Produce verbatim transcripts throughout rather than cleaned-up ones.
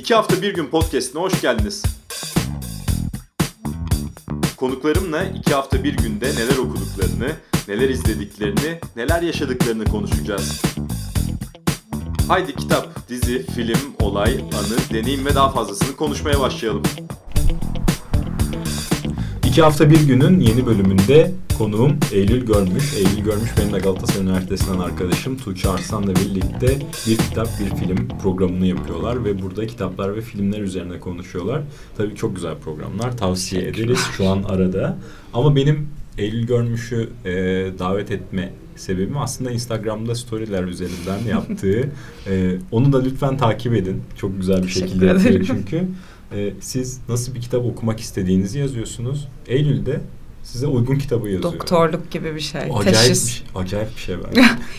İki Hafta Bir Gün Podcast'ine hoş geldiniz. Konuklarımla iki hafta bir günde neler okuduklarını, neler izlediklerini, neler yaşadıklarını konuşacağız. Haydi kitap, dizi, film, olay, anı, deneyim ve daha fazlasını konuşmaya başlayalım. İki Hafta Bir Gün'ün yeni bölümünde konuğum Eylül Görmüş. Eylül Görmüş benim de Galatasaray Üniversitesi'nden arkadaşım. Tuğçe Arslan'la birlikte bir kitap, bir film programını yapıyorlar ve burada kitaplar ve filmler üzerine konuşuyorlar. Tabii çok güzel programlar, tavsiye ederiz şu an arada. Ama benim Eylül Görmüş'ü e, davet etme sebebim aslında Instagram'da storyler üzerinden yaptığı. e, onu da lütfen takip edin. Çok güzel bir şekilde yapıyor çünkü. E, siz nasıl bir kitap okumak istediğinizi yazıyorsunuz. Eylül'de size uygun kitabı yazıyor. Doktorluk gibi bir şey. Acayip Teşhis. bir şey, acayip bir şey bence.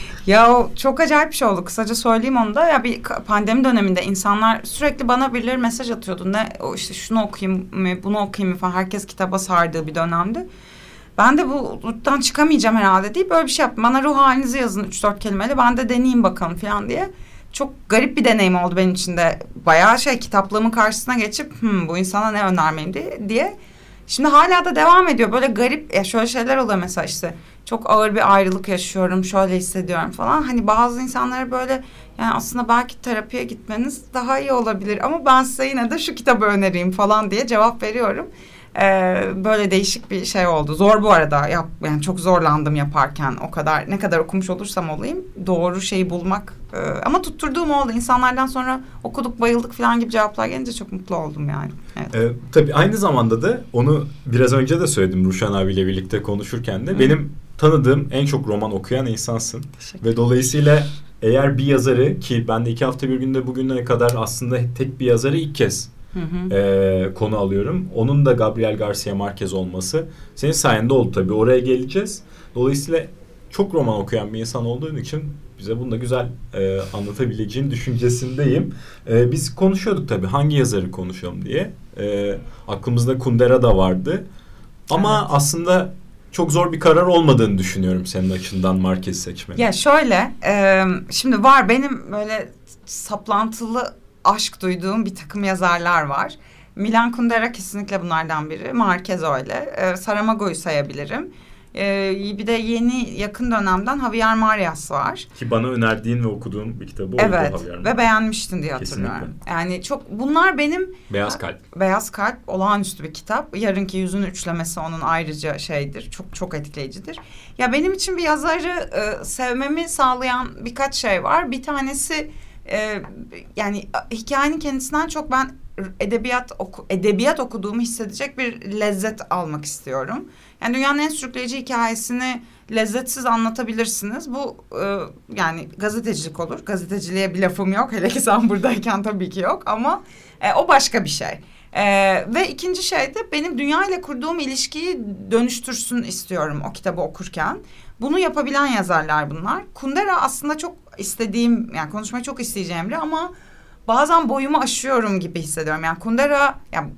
Ya çok acayip bir şey oldu. Kısaca söyleyeyim onu da. Ya bir pandemi döneminde insanlar sürekli bana birileri mesaj atıyordu. Ne o işte şunu okuyayım mı, bunu okuyayım mı falan. Herkes kitaba sardığı bir dönemdi. Ben de bu buradan çıkamayacağım herhalde deyip böyle bir şey yaptım. Bana ruh halinizi yazın üç dört kelimeyle. Ben de deneyeyim bakalım falan diye. Çok garip bir deneyim oldu benim için de. Bayağı şey kitaplığımın karşısına geçip hmm, bu insana ne önermeyeyim diye, diye. Şimdi hala da devam ediyor. Böyle garip ya şöyle şeyler oluyor mesela işte. Çok ağır bir ayrılık yaşıyorum. Şöyle hissediyorum falan. Hani bazı insanlara böyle yani aslında belki terapiye gitmeniz daha iyi olabilir. Ama ben size yine de şu kitabı önereyim falan diye cevap veriyorum. Ee, böyle değişik bir şey oldu. Zor bu arada. Yap, yani çok zorlandım yaparken. O kadar ne kadar okumuş olursam olayım doğru şeyi bulmak. Ee, ama tutturduğum oldu. İnsanlardan sonra okuduk, bayıldık falan gibi cevaplar gelince çok mutlu oldum yani. Evet. Ee, tabii aynı zamanda da onu biraz önce de söyledim Ruşen abiyle birlikte konuşurken de. Hı. Benim tanıdığım en çok roman okuyan insansın. Ve dolayısıyla eğer bir yazarı ki ben de iki hafta bir günde bugüne kadar aslında tek bir yazarı ilk kez Hı hı. E, konu alıyorum. Onun da Gabriel Garcia Marquez olması senin sayende oldu tabii. Oraya geleceğiz. Dolayısıyla çok roman okuyan bir insan olduğun için bize bunu da güzel e, anlatabileceğin düşüncesindeyim. E, biz konuşuyorduk tabii hangi yazarı konuşalım diye. E, aklımızda Kundera da vardı. Ama evet. Aslında çok zor bir karar olmadığını düşünüyorum senin açından Marquez seçmeni. Ya şöyle, e, şimdi var benim böyle saplantılı aşk duyduğum bir takım yazarlar var. Milan Kundera kesinlikle bunlardan biri. Marquez öyle. Ee, Saramago'yu sayabilirim. Ee, bir de yeni yakın dönemden Javier Marias var. Ki bana önerdiğin ve okuduğum bir kitabı evet, oldu Javier Marias. Ve beğenmiştin diye hatırlıyorum. Kesinlikle. Yani çok bunlar benim... Beyaz Kalp. Beyaz Kalp olağanüstü bir kitap. Yarınki Yüzün Üçlemesi onun ayrıca şeydir. Çok çok etkileyicidir. Ya benim için bir yazarı e, sevmemi sağlayan birkaç şey var. Bir tanesi... Ee, yani hikayenin kendisinden çok ben edebiyat oku, edebiyat okuduğumu hissedecek bir lezzet almak istiyorum. Yani dünyanın en sürükleyici hikayesini lezzetsiz anlatabilirsiniz. Bu e, yani gazetecilik olur. Gazeteciliğe bir lafım yok. Hele ki sen buradayken tabii ki yok ama e, o başka bir şey. Ee, ve ikinci şey de benim dünya ile kurduğum ilişkiyi dönüştürsün istiyorum o kitabı okurken. Bunu yapabilen yazarlar bunlar. Kundera aslında çok istediğim, yani konuşmayı çok isteyeceğim biri ama bazen boyumu aşıyorum gibi hissediyorum. Yani Kundera yani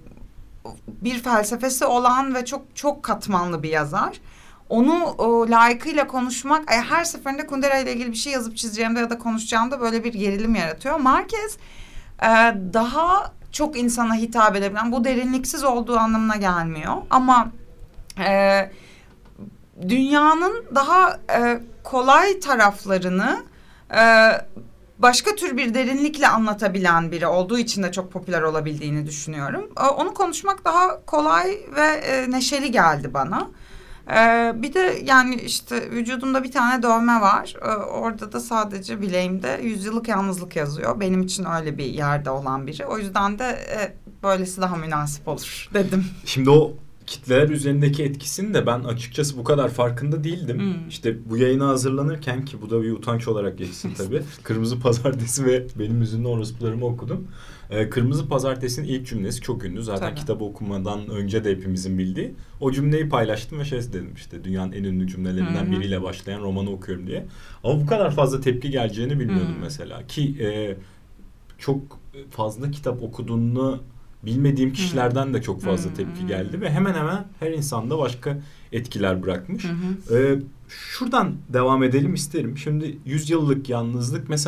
bir felsefesi olan ve çok çok katmanlı bir yazar. Onu o, layıkıyla konuşmak, e, her seferinde Kundera ile ilgili bir şey yazıp çizeceğimde ya da konuşacağımda böyle bir gerilim yaratıyor. Marquez e, daha çok insana hitap edebilen, bu derinliksiz olduğu anlamına gelmiyor. Ama e, dünyanın daha e, kolay taraflarını e, başka tür bir derinlikle anlatabilen biri olduğu için de çok popüler olabildiğini düşünüyorum. E, onu konuşmak daha kolay ve e, neşeli geldi bana. Ee, bir de yani işte vücudumda bir tane dövme var. Ee, orada da sadece bileğimde yüzyıllık yalnızlık yazıyor. Benim için öyle bir yerde olan biri. O yüzden de e, böylesi daha münasip olur dedim. Şimdi o kitleler üzerindeki etkisini de ben açıkçası bu kadar farkında değildim. Hmm. İşte bu yayına hazırlanırken ki bu da bir utanç olarak geçsin tabii. Kırmızı Pazartesi ve benim yüzümde orospularımı okudum. Ee, Kırmızı Pazartesi'nin ilk cümlesi çok ünlü. Zaten tabii. Kitabı okumadan önce de hepimizin bildiği. O cümleyi paylaştım ve şey dedim işte dünyanın en ünlü cümlelerinden Hı-hı. biriyle başlayan romanı okuyorum diye. Ama bu kadar fazla tepki geleceğini bilmiyordum Hı-hı. mesela. Ki e, çok fazla kitap okuduğunu bilmediğim kişilerden de çok fazla tepki geldi ve hemen hemen her insanda başka etkiler bırakmış. Ee, şuradan devam edelim isterim. Şimdi yüzyıllık yalnızlık mesela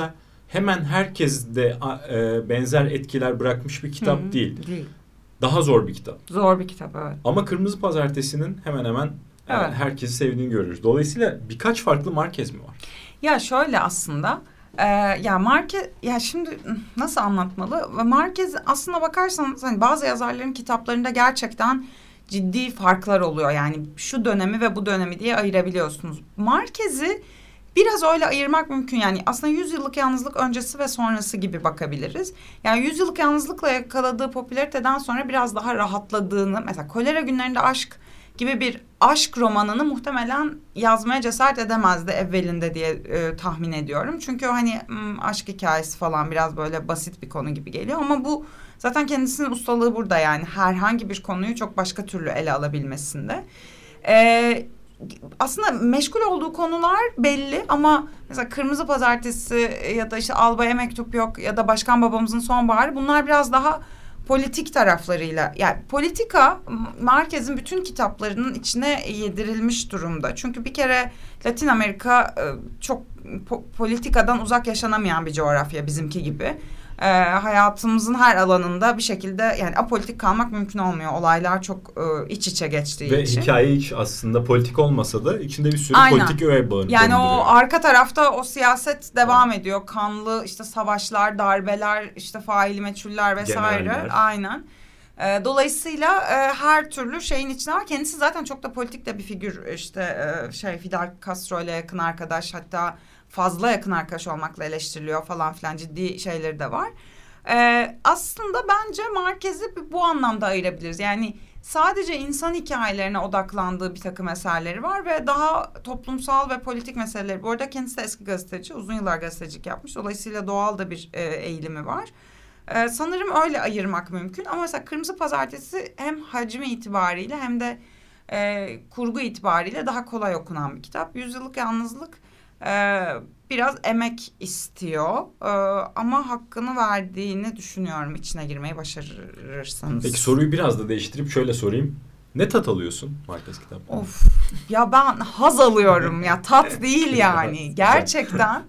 hemen herkeste e, benzer etkiler bırakmış bir kitap Hı-hı. değil. Değil. Daha zor bir kitap. Zor bir kitap, evet. Ama Kırmızı Pazartesi'nin hemen hemen evet. e, herkesi sevdiğini görüyoruz. Dolayısıyla birkaç farklı Marquez mi var? Ya şöyle aslında, e, ya Marquez, ya şimdi nasıl anlatmalı? Marquez aslına bakarsanız hani bazı yazarların kitaplarında gerçekten ciddi farklar oluyor. Yani şu dönemi ve bu dönemi diye ayırabiliyorsunuz. Marquez'i biraz öyle ayırmak mümkün. Yani aslında yüz yıllık yalnızlık öncesi ve sonrası gibi bakabiliriz. Yani yüz yıllık yalnızlıkla yakaladığı popülariteden sonra biraz daha rahatladığını, mesela Kolera Günlerinde Aşk gibi bir aşk romanını muhtemelen yazmaya cesaret edemezdi evvelinde diye e, tahmin ediyorum. Çünkü o hani m, aşk hikayesi falan biraz böyle basit bir konu gibi geliyor. Ama bu zaten kendisinin ustalığı burada, yani herhangi bir konuyu çok başka türlü ele alabilmesinde. Evet. Aslında meşgul olduğu konular belli ama mesela Kırmızı Pazartesi ya da işte Alba'ya Mektup Yok ya da Başkan Babamızın Sonbaharı, bunlar biraz daha politik taraflarıyla, yani politika Marquez'in bütün kitaplarının içine yedirilmiş durumda. Çünkü bir kere Latin Amerika çok po- politikadan uzak yaşanamayan bir coğrafya bizimki gibi. E, hayatımızın her alanında bir şekilde yani apolitik kalmak mümkün olmuyor. Olaylar çok e, iç içe geçtiği Ve için. Ve hikaye hiç aslında politik olmasa da içinde bir sürü Aynen. politik öğe bağını Yani barındırıyor. o arka tarafta o siyaset devam evet. ediyor. Kanlı işte savaşlar, darbeler, işte faili meçhuller vesaire. Generaller. Aynen. E, dolayısıyla e, her türlü şeyin içinde var. Kendisi zaten çok da politik de bir figür. İşte e, şey Fidel Castro ile yakın arkadaş, hatta fazla yakın arkadaş olmakla eleştiriliyor falan filan, ciddi şeyleri de var. Ee, aslında bence Marquez'i bu anlamda ayırabiliriz. Yani sadece insan hikayelerine odaklandığı bir takım eserleri var ve daha toplumsal ve politik meseleleri. Bu arada kendisi de eski gazeteci, uzun yıllar gazetecilik yapmış. Dolayısıyla doğal da bir e, eğilimi var. Ee, sanırım öyle ayırmak mümkün. Ama mesela Kırmızı Pazartesi hem hacmi itibariyle hem de e, kurgu itibariyle daha kolay okunan bir kitap. Yüzyıllık Yalnızlık Ee, biraz emek istiyor ee, ama hakkını verdiğini düşünüyorum, içine girmeyi başarırsanız. Peki soruyu biraz da değiştirip şöyle sorayım. Ne tat alıyorsun Marquez kitaptan? Of ya, ben haz alıyorum ya, tat değil yani. Gerçekten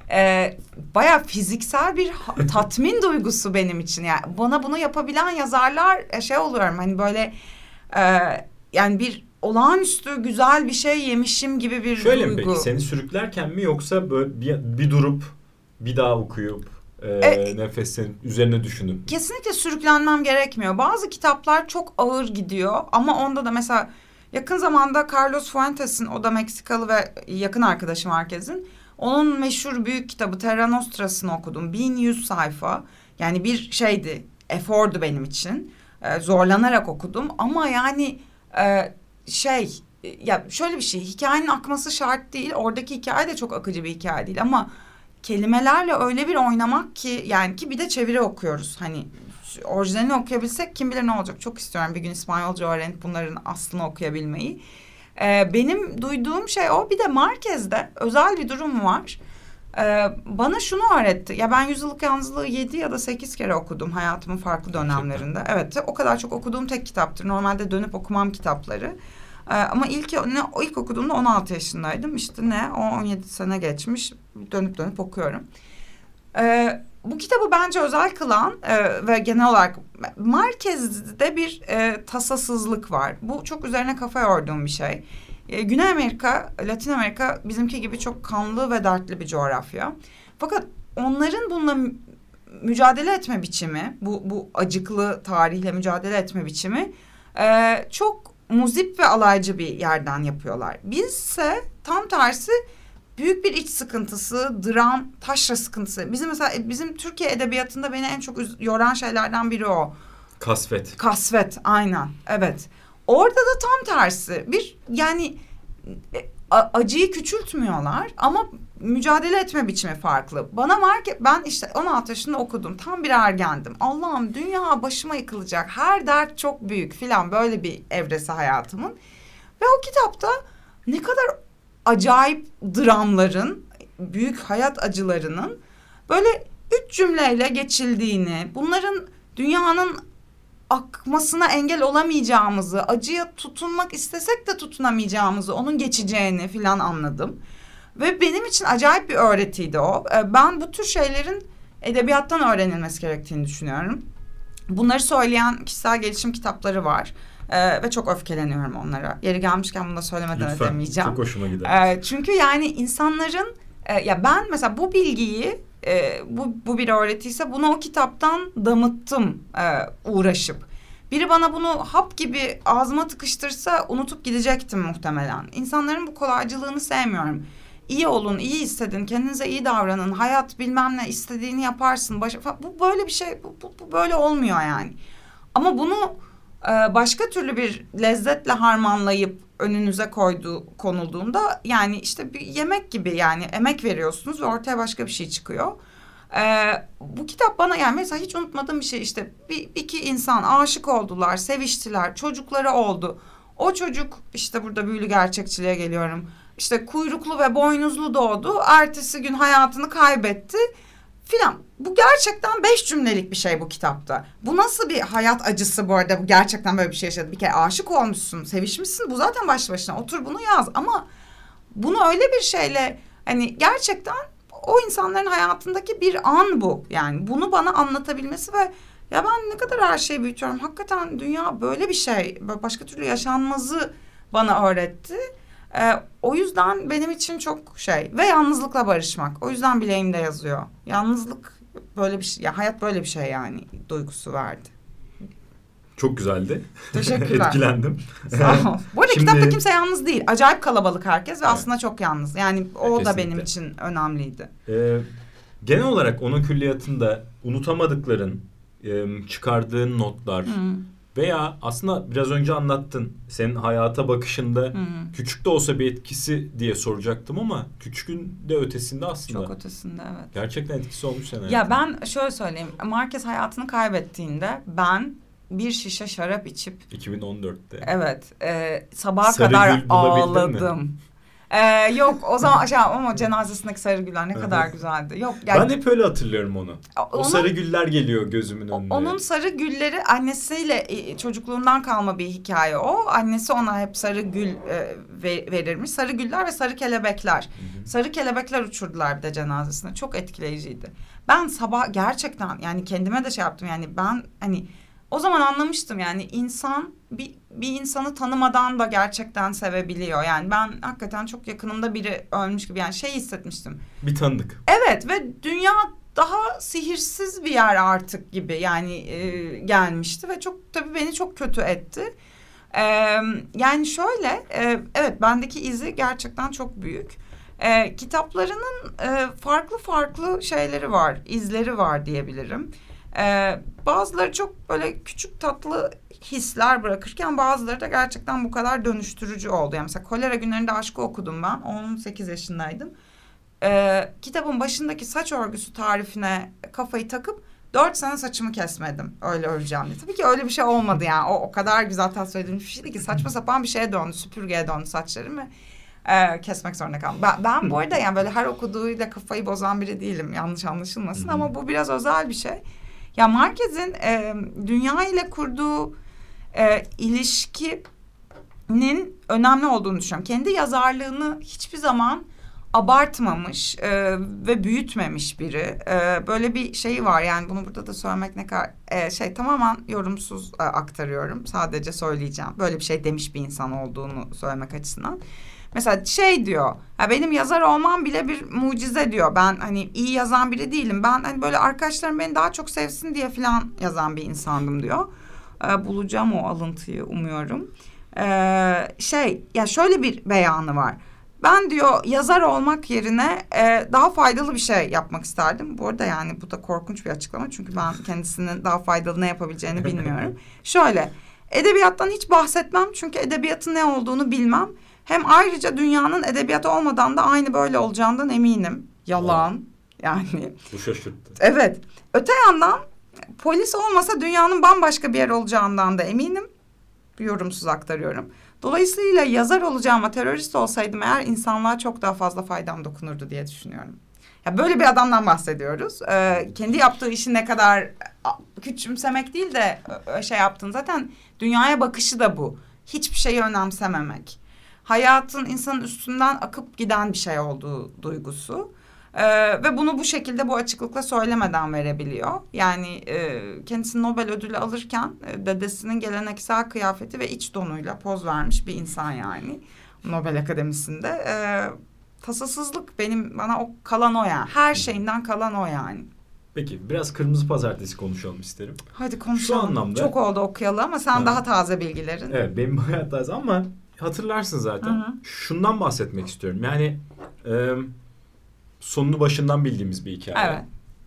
e, bayağı fiziksel bir tatmin duygusu benim için. Yani bana bunu yapabilen yazarlar şey oluyorum hani böyle e, yani bir olağanüstü güzel bir şey yemişim gibi bir Şöyle duygu. mi peki, seni sürüklerken mi yoksa böyle bir, bir durup bir daha okuyup e, e, nefesin üzerine düşünüp? Kesinlikle sürüklenmem gerekmiyor. Bazı kitaplar çok ağır gidiyor ama onda da mesela yakın zamanda Carlos Fuentes'in, o da Meksikalı ve yakın arkadaşım Marquez'in, onun meşhur büyük kitabı Terra Nostra'sını okudum. bin yüz sayfa, yani bir şeydi, efordu benim için. Ee, zorlanarak okudum ama yani e, şey ya şöyle bir şey, hikayenin akması şart değil, oradaki hikaye de çok akıcı bir hikaye değil ama kelimelerle öyle bir oynamak ki, yani ki bir de çeviri okuyoruz, hani orijinalini okuyabilsek kim bilir ne olacak. Çok istiyorum bir gün İspanyolca öğrenip bunların aslını okuyabilmeyi. Ee, benim duyduğum şey o. Bir de Marquez'de özel bir durum var. Ee, bana şunu öğretti. Ya ben Yüzyıllık Yalnızlığı yedi ya da sekiz kere okudum hayatımın farklı dönemlerinde. Evet, o kadar çok okuduğum tek kitaptır. Normalde dönüp okumam kitapları. Ee, ama ilk ne o ilk okuduğumda on altı yaşındaydım. İşte ne o on yedi sene geçmiş. Dönüp dönüp okuyorum. Ee, bu kitabı bence özel kılan e, ve genel olarak Marquez'de bir e, tasasızlık var. Bu çok üzerine kafa yorduğum bir şey. E, Güney Amerika, Latin Amerika bizimki gibi çok kanlı ve dertli bir coğrafya. Fakat onların bununla mü- mücadele etme biçimi, bu, bu acıklı tarihle mücadele etme biçimi e, çok muzip ve alaycı bir yerden yapıyorlar. Bizse tam tersi büyük bir iç sıkıntısı, dram, taşra sıkıntısı. Bizim mesela bizim Türkiye edebiyatında beni en çok üz- yoran şeylerden biri o. Kasvet. Kasvet, aynen. Evet. Orada da tam tersi. Bir yani a- acıyı küçültmüyorlar ama mücadele etme biçimi farklı. Bana var ki ben işte on altı yaşında okudum. Tam bir ergendim. Allah'ım, dünya başıma yıkılacak. Her dert çok büyük filan, böyle bir evresi hayatımın. Ve o kitapta ne kadar acayip dramların, büyük hayat acılarının böyle üç cümleyle geçildiğini, bunların dünyanın akmasına engel olamayacağımızı, acıya tutunmak istesek de tutunamayacağımızı, onun geçeceğini filan anladım. Ve benim için acayip bir öğretiydi o. E, ben bu tür şeylerin edebiyattan öğrenilmesi gerektiğini düşünüyorum. Bunları söyleyen kişisel gelişim kitapları var. Ee, ve çok öfkeleniyorum onlara. Yeri gelmişken bunu da söylemeden Lütfen, edemeyeceğim. çok hoşuma gider. Ee, çünkü yani insanların e, ya ben mesela bu bilgiyi e, bu, bu bir öğretiyse bunu o kitaptan damıttım e, uğraşıp. Biri bana bunu hap gibi ağzıma tıkıştırsa unutup gidecektim muhtemelen. İnsanların bu kolaycılığını sevmiyorum. İyi olun, iyi hissedin, kendinize iyi davranın, hayat bilmem ne istediğini yaparsın. Baş, bu böyle bir şey, bu, bu, bu böyle olmuyor yani. Ama bunu e, başka türlü bir lezzetle harmanlayıp önünüze koydu, konulduğunda yani işte bir yemek gibi yani emek veriyorsunuz ve ortaya başka bir şey çıkıyor. E, bu kitap bana yani mesela hiç unutmadığım bir şey işte bir iki insan aşık oldular, seviştiler, çocukları oldu. O çocuk işte burada büyülü gerçekçiliğe geliyorum. İşte kuyruklu ve boynuzlu doğdu. Ertesi gün hayatını kaybetti filan. Bu gerçekten beş cümlelik bir şey bu kitapta. Bu nasıl bir hayat acısı bu arada? Bu gerçekten böyle bir şey yaşadı. Bir kere aşık olmuşsun, sevişmişsin. Bu zaten başlı başına. Otur bunu yaz. Ama bunu öyle bir şeyle hani gerçekten o insanların hayatındaki bir an bu. Yani bunu bana anlatabilmesi ve ya ben ne kadar her şeyi büyütüyorum. Hakikaten dünya böyle bir şey. Başka türlü yaşanmazı bana öğretti. Ee, o yüzden benim için çok şey ve yalnızlıkla barışmak. O yüzden bileğimde yazıyor. Yalnızlık böyle bir şey, ya hayat böyle bir şey yani duygusu verdi. Çok güzeldi. Teşekkürler. Etkilendim. Sağ ol. Bu arada Şimdi... kitapta kimse yalnız değil. Acayip kalabalık herkes ve evet. aslında çok yalnız. Yani o Kesinlikle. da benim için önemliydi. Ee, genel olarak onun külliyatında unutamadıkların, e, çıkardığın notlar... Hmm. Veya aslında biraz önce anlattın. Senin hayata bakışında hmm. küçük de olsa bir etkisi diye soracaktım ama küçükün de ötesinde aslında. Çok ötesinde evet. Gerçekten etkisi olmuş senin Ya hayatında. Ben şöyle söyleyeyim. Marquez hayatını kaybettiğinde ben bir şişe şarap içip. iki bin on dörtte. Evet. E, sabaha Sarı kadar ağladım. Mi? Ee, yok o zaman şey, ama cenazesindeki sarı güller ne kadar güzeldi. Yok yani, ben hep öyle hatırlıyorum onu. Onun, o sarı güller geliyor gözümün önüne. Onun sarı gülleri annesiyle çocukluğundan kalma bir hikaye o. Annesi ona hep sarı gül e, verirmiş. Sarı güller ve sarı kelebekler. Hı hı. Sarı kelebekler uçurdular bir de cenazesine. Çok etkileyiciydi. Ben sabah gerçekten yani kendime de şey yaptım yani ben hani o zaman anlamıştım yani insan bir, bir insanı tanımadan da gerçekten sevebiliyor. Yani ben hakikaten çok yakınımda biri ölmüş gibi yani şey hissetmiştim. Bir tanıdık. Evet ve dünya daha sihirsiz bir yer artık gibi yani e, gelmişti ve çok tabii beni çok kötü etti. E, yani şöyle e, evet bendeki izi gerçekten çok büyük. E, kitaplarının e, farklı farklı şeyleri var, izleri var diyebilirim. Ee, bazıları çok böyle küçük tatlı hisler bırakırken bazıları da gerçekten bu kadar dönüştürücü oldu. Yani mesela Kolera Günlerinde Aşk'ı okudum ben. on sekiz yaşındaydım. Ee, kitabın başındaki saç örgüsü tarifine kafayı takıp dört sene saçımı kesmedim. Öyle öleceğim diye. Tabii ki öyle bir şey olmadı yani. O, o kadar güzel tasvir edilmiş bir şeydi ki saçma sapan bir şeye döndü. Süpürgeye döndü saçlarım ve e, kesmek zorunda kaldım. Ben, ben bu arada yani böyle her okuduğuyla kafayı bozan biri değilim. Yanlış anlaşılmasın ama bu biraz özel bir şey. Ya Marquez'in e, dünya ile kurduğu e, ilişkinin önemli olduğunu düşünüyorum. Kendi yazarlığını hiçbir zaman abartmamış e, ve büyütmemiş biri. E, böyle bir şey var yani bunu burada da söylemek ne kadar e, şey tamamen yorumsuz e, aktarıyorum. Sadece söyleyeceğim. Böyle bir şey demiş bir insan olduğunu söylemek açısından. Mesela şey diyor, ya benim yazar olmam bile bir mucize diyor. Ben hani iyi yazan biri değilim. Ben hani böyle arkadaşlarım beni daha çok sevsin diye falan yazan bir insandım diyor. Ee, bulacağım o alıntıyı umuyorum. Ee, şey ya şöyle bir beyanı var. Ben diyor yazar olmak yerine e, daha faydalı bir şey yapmak isterdim. Bu arada yani bu da korkunç bir açıklama. Çünkü ben kendisinin daha faydalı ne yapabileceğini bilmiyorum. Şöyle edebiyattan hiç bahsetmem. Çünkü edebiyatın ne olduğunu bilmem. Hem ayrıca dünyanın edebiyatı olmadan da aynı böyle olacağından eminim. Yalan yani. Bu şaşırttı. Evet. Öte yandan polis olmasa dünyanın bambaşka bir yer olacağından da eminim. Yorumsuz aktarıyorum. Dolayısıyla yazar olacağıma terörist olsaydım eğer insanlığa çok daha fazla faydam dokunurdu diye düşünüyorum. Ya böyle bir adamdan bahsediyoruz. Ee, kendi yaptığı işi ne kadar küçümsemek değil de şey yaptın. Zaten dünyaya bakışı da bu. Hiçbir şeyi önemsememek. hayatın insanın üstünden akıp giden bir şey olduğu duygusu. Ee, ve bunu bu şekilde bu açıklıkla söylemeden verebiliyor. Yani e, kendisi Nobel ödülü alırken e, dedesinin geleneksel kıyafeti ve iç donuyla poz vermiş bir insan yani. Nobel Akademisi'nde. E, tasasızlık benim bana o kalan o yani. Her şeyinden kalan o yani. Peki biraz Kırmızı Pazartesi konuşalım isterim. Hadi konuşalım. Şu anlamda. Çok oldu okuyalı ama sen ha. daha taze bilgilerin. Evet benim bayağı taze ama hatırlarsın zaten. Hı hı. Şundan bahsetmek istiyorum. Yani e, sonunu başından bildiğimiz bir hikaye. Evet.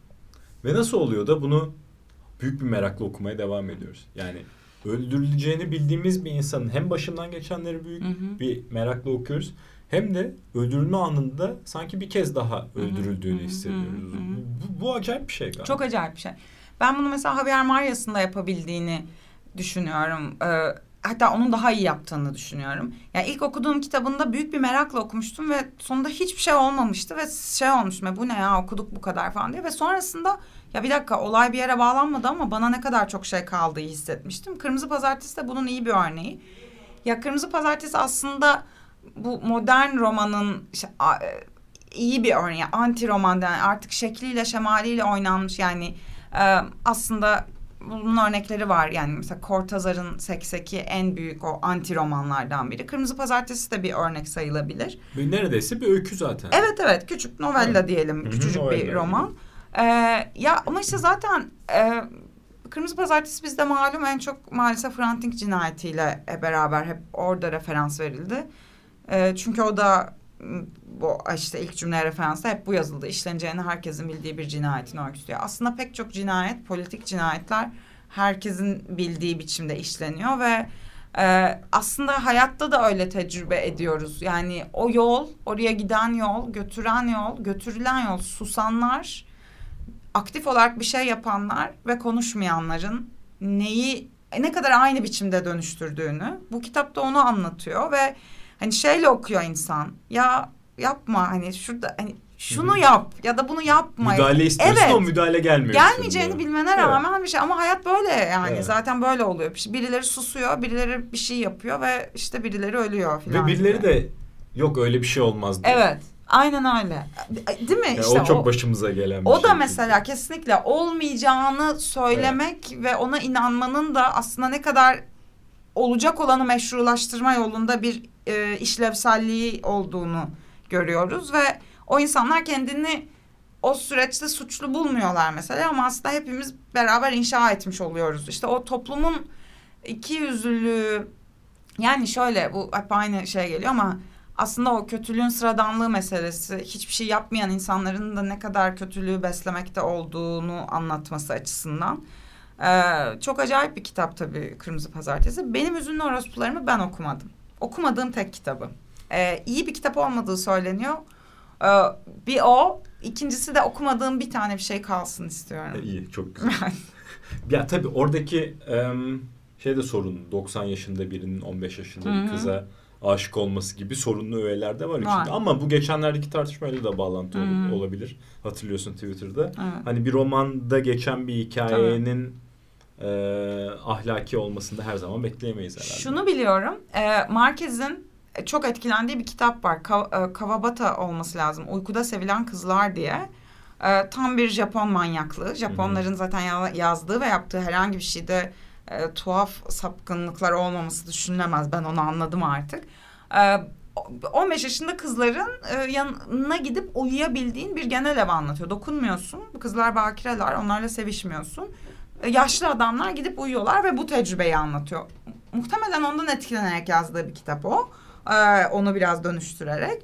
Ve nasıl oluyor da bunu büyük bir merakla okumaya devam ediyoruz. Yani öldürüleceğini bildiğimiz bir insanın hem başından geçenleri büyük hı hı. bir merakla okuyoruz. Hem de öldürülme anında sanki bir kez daha öldürüldüğünü hı hı. hissediyoruz. Hı hı. Bu, bu acayip bir şey galiba. Çok acayip bir şey. Ben bunu mesela Javier Marias'ın da yapabildiğini düşünüyorum. Ee, hatta onun daha iyi yaptığını düşünüyorum. Yani ilk okuduğum kitabında büyük bir merakla okumuştum ve sonunda hiçbir şey olmamıştı ve şey olmuştum. Bu ne ya okuduk bu kadar falan diye ve sonrasında ya bir dakika olay bir yere bağlanmadı ama bana ne kadar çok şey kaldığı hissetmiştim. Kırmızı Pazartesi de bunun iyi bir örneği. Ya Kırmızı Pazartesi aslında bu modern romanın işte, iyi bir örneği. Anti roman yani artık şekliyle şemaliyle oynanmış yani e, aslında bunun örnekleri var. Yani mesela Cortázar'ın Sekseki en büyük o anti romanlardan biri. Kırmızı Pazartesi de bir örnek sayılabilir. Neredeyse bir öykü zaten. Evet evet küçük novella evet. diyelim. Hı-hı, küçücük novella bir roman. Ee, ya ama işte zaten e, Kırmızı Pazartesi bizde malum en çok maalesef Hrant Dink cinayetiyle beraber hep orada referans verildi. E, çünkü o da bu işte ilk cümleye referansta hep bu yazıldı. İşleneceğini herkesin bildiği bir cinayetin öyküsü. Aslında pek çok cinayet, politik cinayetler herkesin bildiği biçimde işleniyor ve e, aslında hayatta da öyle tecrübe ediyoruz. Yani o yol, oraya giden yol, götüren yol, götürülen yol, susanlar, aktif olarak bir şey yapanlar ve konuşmayanların neyi ne kadar aynı biçimde dönüştürdüğünü bu kitapta onu anlatıyor ve hani şeyle okuyor insan. Ya yapma hani şurada hani şunu yap ya da bunu yapma. Müdahale istiyorsun evet. o müdahale gelmiyor. Gelmeyeceğini bilmene rağmen evet. bir şey ama hayat böyle yani evet. zaten böyle oluyor. Birileri susuyor, birileri bir şey yapıyor ve işte birileri ölüyor falan. Ve birileri gibi. de yok öyle bir şey olmaz diyor. Evet. Aynen öyle. Değil mi? Yani işte o çok o, başımıza gelen bir o şey. O da mesela çünkü. kesinlikle olmayacağını söylemek evet. ve ona inanmanın da aslında ne kadar olacak olanı meşrulaştırma yolunda bir e, işlevselliği olduğunu görüyoruz ve o insanlar kendini o süreçte suçlu bulmuyorlar mesela ama aslında hepimiz beraber inşa etmiş oluyoruz. İşte o toplumun ikiyüzlülüğü yani şöyle bu hep aynı şey geliyor ama aslında o kötülüğün sıradanlığı meselesi hiçbir şey yapmayan insanların da ne kadar kötülüğü beslemekte olduğunu anlatması açısından. Ee, çok acayip bir kitap tabii Kırmızı Pazartesi. Benim Hüzünlü Orospularımı ben okumadım. Okumadığım tek kitabı. Ee, iyi bir kitap olmadığı söyleniyor. Ee, bir o. İkincisi de okumadığım bir tane bir şey kalsın istiyorum. E, iyi çok güzel. ya tabii oradaki um, şey de sorun. doksan yaşında birinin on beş yaşında Hı-hı. bir kıza aşık olması gibi sorunlu öğeler de var içinde. Var. Ama bu geçenlerdeki tartışmayla da bağlantı ol- olabilir. Hatırlıyorsun Twitter'da. Evet. Hani bir romanda geçen bir hikayenin e, ahlaki olmasını da her zaman bekleyemeyiz herhalde. Şunu biliyorum. E, Marquez'in çok etkilendiği bir kitap var. Ka- Kawabata olması lazım. Uykuda Sevilen Kızlar diye. E, tam bir Japon manyaklığı. Japonların Hı-hı. zaten ya- yazdığı ve yaptığı herhangi bir şeyde E, tuhaf sapkınlıklar olmaması düşünülemez. Ben onu anladım artık. E, on beş yaşında kızların e, yanına gidip uyuyabildiğin bir genel ev anlatıyor. Dokunmuyorsun. Bu kızlar bakireler. Onlarla sevişmiyorsun. E, yaşlı adamlar gidip uyuyorlar ve bu tecrübeyi anlatıyor. Muhtemelen ondan etkilenerek yazdığı bir kitap o. E, onu biraz dönüştürerek.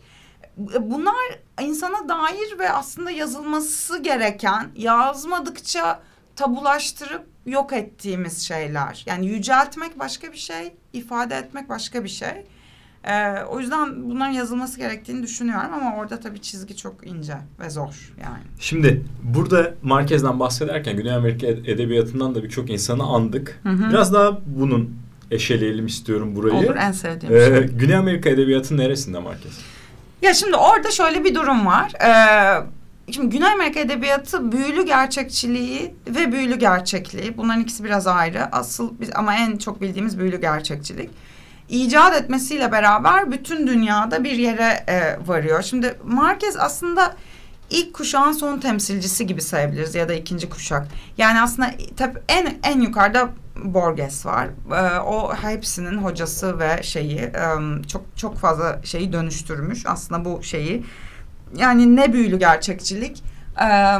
Bunlar insana dair ve aslında yazılması gereken, yazmadıkça tabulaştırıp yok ettiğimiz şeyler. Yani yüceltmek başka bir şey, ifade etmek başka bir şey. Ee, o yüzden bunların yazılması gerektiğini düşünüyorum ama orada tabii çizgi çok ince ve zor yani. Şimdi burada Marquez'den bahsederken Güney Amerika edebiyatından da birçok insanı andık. Hı hı. Biraz daha bunun eşeleyelim istiyorum burayı. Olur, en sevdiğim ee, şey. Güney Amerika edebiyatının neresinde Marquez? Ya şimdi orada şöyle bir durum var. Ee, Şimdi Güney Amerika Edebiyatı büyülü gerçekçiliği ve büyülü gerçekliği. Bunların ikisi biraz ayrı. Asıl biz, ama en çok bildiğimiz büyülü gerçekçilik. icat etmesiyle beraber bütün dünyada bir yere e, varıyor. Şimdi Marquez aslında ilk kuşağın son temsilcisi gibi sayabiliriz ya da ikinci kuşak. Yani aslında tabii en en yukarıda Borges var. Ee, o hepsinin hocası ve şeyi e, çok çok fazla şeyi dönüştürmüş aslında bu şeyi. Yani ne büyülü gerçekçilik. Ee,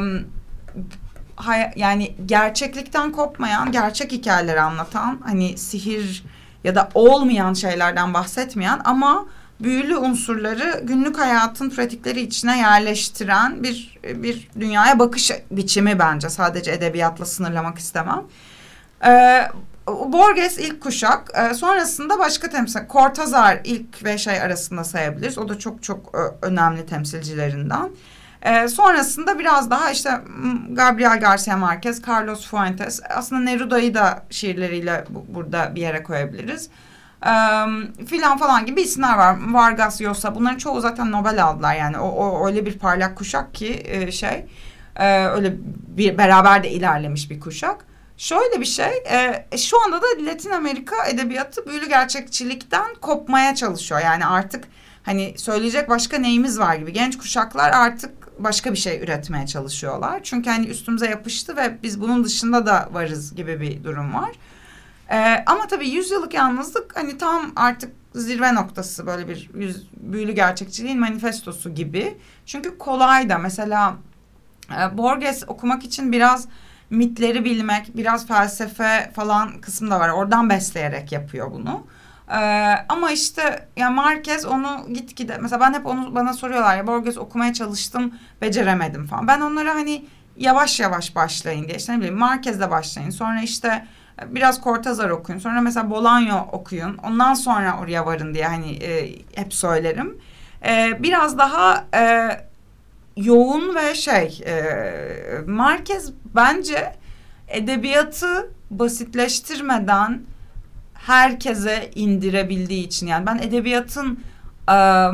hay, yani gerçeklikten kopmayan, gerçek hikayeleri anlatan, hani sihir ya da olmayan şeylerden bahsetmeyen ama büyülü unsurları günlük hayatın pratikleri içine yerleştiren bir bir dünyaya bakış biçimi bence. Sadece edebiyatla sınırlamak istemem. Ee, Borges ilk kuşak. Ee, sonrasında başka temsil, Cortázar ilk ve şey arasında sayabiliriz. O da çok çok ö, önemli temsilcilerinden. Ee, sonrasında biraz daha işte Gabriel García Márquez, Carlos Fuentes, aslında Neruda'yı da şiirleriyle bu, burada bir yere koyabiliriz. Ee, filan falan gibi isimler var. Vargas Llosa, bunların çoğu zaten Nobel aldılar yani. O, o öyle bir parlak kuşak ki e, şey e, öyle bir beraber de ilerlemiş bir kuşak. Şöyle bir şey, e, şu anda da Latin Amerika edebiyatı büyülü gerçekçilikten kopmaya çalışıyor. Yani artık hani söyleyecek başka neyimiz var gibi. Genç kuşaklar artık başka bir şey üretmeye çalışıyorlar. Çünkü hani üstümüze yapıştı ve biz bunun dışında da varız gibi bir durum var. E, ama tabii yüzyıllık yalnızlık hani tam artık zirve noktası, böyle bir yüz, büyülü gerçekçiliğin manifestosu gibi. Çünkü kolay da mesela e, Borges okumak için biraz mitleri bilmek, biraz felsefe falan kısmı da var. Oradan besleyerek yapıyor bunu. Ee, ama işte ya Marquez onu gitgide, mesela ben hep onu bana soruyorlar ya, Borges okumaya çalıştım, beceremedim falan. Ben onlara hani yavaş yavaş başlayın diye, işte ne bileyim Marquez'le başlayın. Sonra işte biraz Cortázar okuyun. Sonra mesela Bolaño okuyun. Ondan sonra oraya varın diye hani e, hep söylerim. E, biraz daha e, yoğun ve şey e, Marquez bence edebiyatı basitleştirmeden herkese indirebildiği için, yani ben edebiyatın e,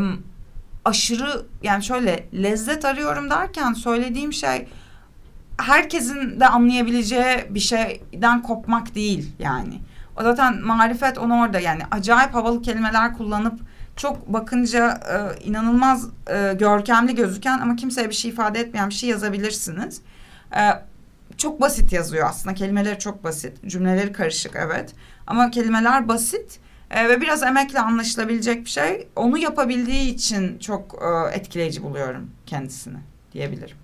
aşırı, yani şöyle lezzet arıyorum derken söylediğim şey herkesin de anlayabileceği bir şeyden kopmak değil yani. O zaten marifet onu orada, yani acayip havalı kelimeler kullanıp çok bakınca e, inanılmaz e, görkemli gözüken ama kimseye bir şey ifade etmeyen bir şey yazabilirsiniz. E, çok basit yazıyor aslında. Kelimeleri çok basit. Cümleleri karışık, evet. Ama kelimeler basit e, ve biraz emekle anlaşılabilecek bir şey. Onu yapabildiği için çok e, etkileyici buluyorum kendisini diyebilirim.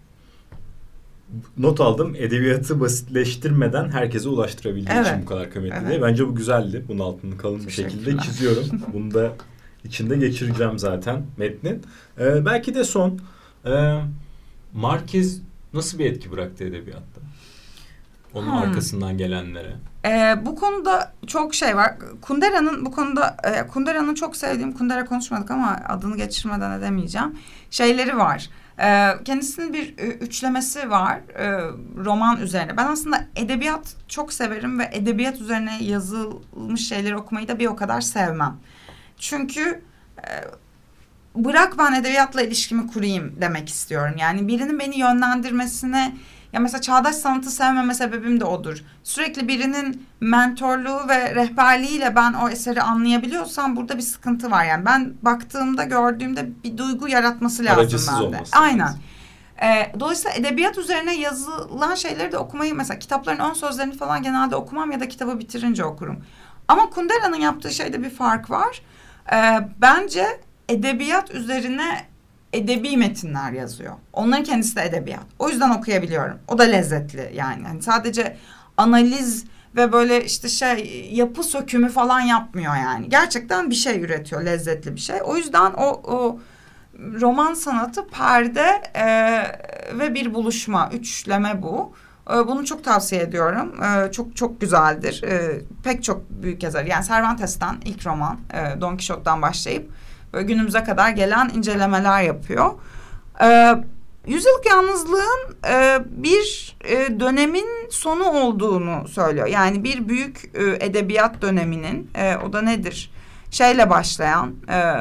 Not aldım. Edebiyatı basitleştirmeden herkese ulaştırabildiği evet. için bu kadar kıymetli evet. diye. Bence bu güzeldi. Bunun altını kalın bir şekilde çiziyorum. Bunu da içinde geçireceğim zaten metnin. Ee, belki de son. Ee, Marquez nasıl bir etki bıraktı edebiyatta? Onun hmm. arkasından gelenlere. Ee, bu konuda çok şey var. Kundera'nın bu konuda e, Kundera'nın çok sevdiğim, Kundera konuşmadık ama adını geçirmeden edemeyeceğim. Şeyleri var. Ee, kendisinin bir e, üçlemesi var e, roman üzerine. Ben aslında edebiyat çok severim ve edebiyat üzerine yazılmış şeyleri okumayı da bir o kadar sevmem. Çünkü e, bırak ben edebiyatla ilişkimi kurayım demek istiyorum. Yani birinin beni yönlendirmesine, ya mesela çağdaş sanatı sevmeme sebebim de odur. Sürekli birinin mentorluğu ve rehberliğiyle ben o eseri anlayabiliyorsam burada bir sıkıntı var. Yani ben baktığımda, gördüğümde bir duygu yaratması lazım Aracısız bende. olması. Aynen. Ee, dolayısıyla edebiyat üzerine yazılan şeyleri de okumayı, mesela kitapların ön sözlerini falan genelde okumam ya da kitabı bitirince okurum. Ama Kundera'nın yaptığı şeyde bir fark var. Ee, bence edebiyat üzerine edebi metinler yazıyor. Onların kendisi de edebiyat. O yüzden okuyabiliyorum. O da lezzetli yani. Yani sadece analiz ve böyle işte şey yapı sökümü falan yapmıyor yani. Gerçekten bir şey üretiyor, lezzetli bir şey. O yüzden o, o roman sanatı perde e, ve bir buluşma, üçleme bu. E, bunu çok tavsiye ediyorum. E, çok çok güzeldir. E, pek çok büyük yazar. Yani Cervantes'ten ilk roman, e, Don Quixote'dan başlayıp böyle günümüze kadar gelen incelemeler yapıyor. Ee, Yüzyıllık Yalnızlığın e, bir e, dönemin sonu olduğunu söylüyor. Yani bir büyük e, edebiyat döneminin, e, o da nedir? Şeyle başlayan, e,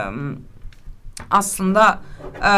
aslında e,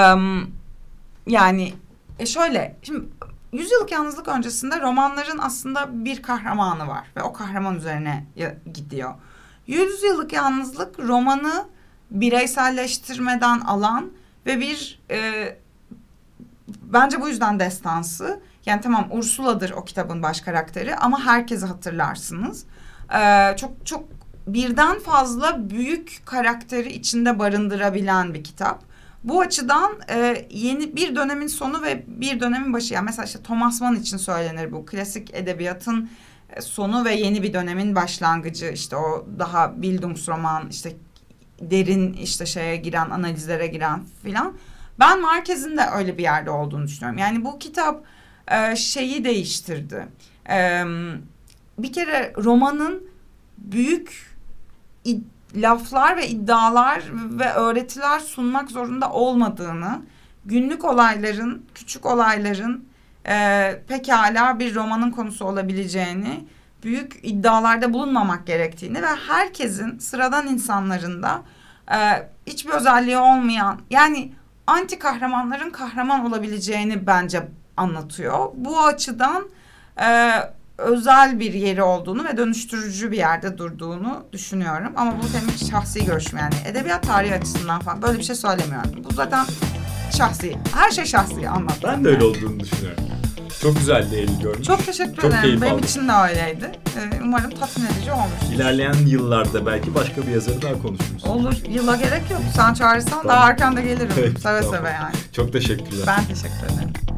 yani e, şöyle, şimdi Yüzyıllık Yalnızlık öncesinde romanların aslında bir kahramanı var ve o kahraman üzerine gidiyor. Yüz Yıllık Yalnızlık romanı bireyselleştirmeden alan ve bir e, bence bu yüzden destansı. Yani tamam Ursula'dır o kitabın baş karakteri ama herkesi hatırlarsınız. Ee, çok çok birden fazla büyük karakteri içinde barındırabilen bir kitap. Bu açıdan e, yeni bir dönemin sonu ve bir dönemin başı. Yani mesela işte Thomas Mann için söylenir bu. Klasik edebiyatın sonu ve yeni bir dönemin başlangıcı. İşte o daha Bildungsroman, işte derin işte şeye giren, analizlere giren filan. Ben Marquez'in de öyle bir yerde olduğunu düşünüyorum. Yani bu kitap e, şeyi değiştirdi. E, bir kere romanın büyük id- laflar ve iddialar ve öğretiler sunmak zorunda olmadığını, günlük olayların, küçük olayların e, pekala bir romanın konusu olabileceğini, büyük iddialarda bulunmamak gerektiğini ve herkesin, sıradan insanların da e, hiçbir özelliği olmayan, yani anti kahramanların kahraman olabileceğini bence anlatıyor. Bu açıdan e, özel bir yeri olduğunu ve dönüştürücü bir yerde durduğunu düşünüyorum. Ama bu benim şahsi görüşüm, yani edebiyat tarihi açısından falan böyle bir şey söylemiyorum. Bu zaten şahsi. Her şey şahsi anlat. Ben de öyle olduğunu düşünüyorum. Çok güzeldi Eylül görmüş. Çok teşekkür Çok ederim. Benim aldım. için de öyleydi. Ee, umarım tatmin edici olmuştur. İlerleyen yıllarda belki başka bir yazarı daha konuşuruz. Olur. Yıla gerek yok. Sen çağırırsan tamam. Daha erken de gelirim. Seve tamam. seve yani. Çok teşekkürler. Ben teşekkür ederim.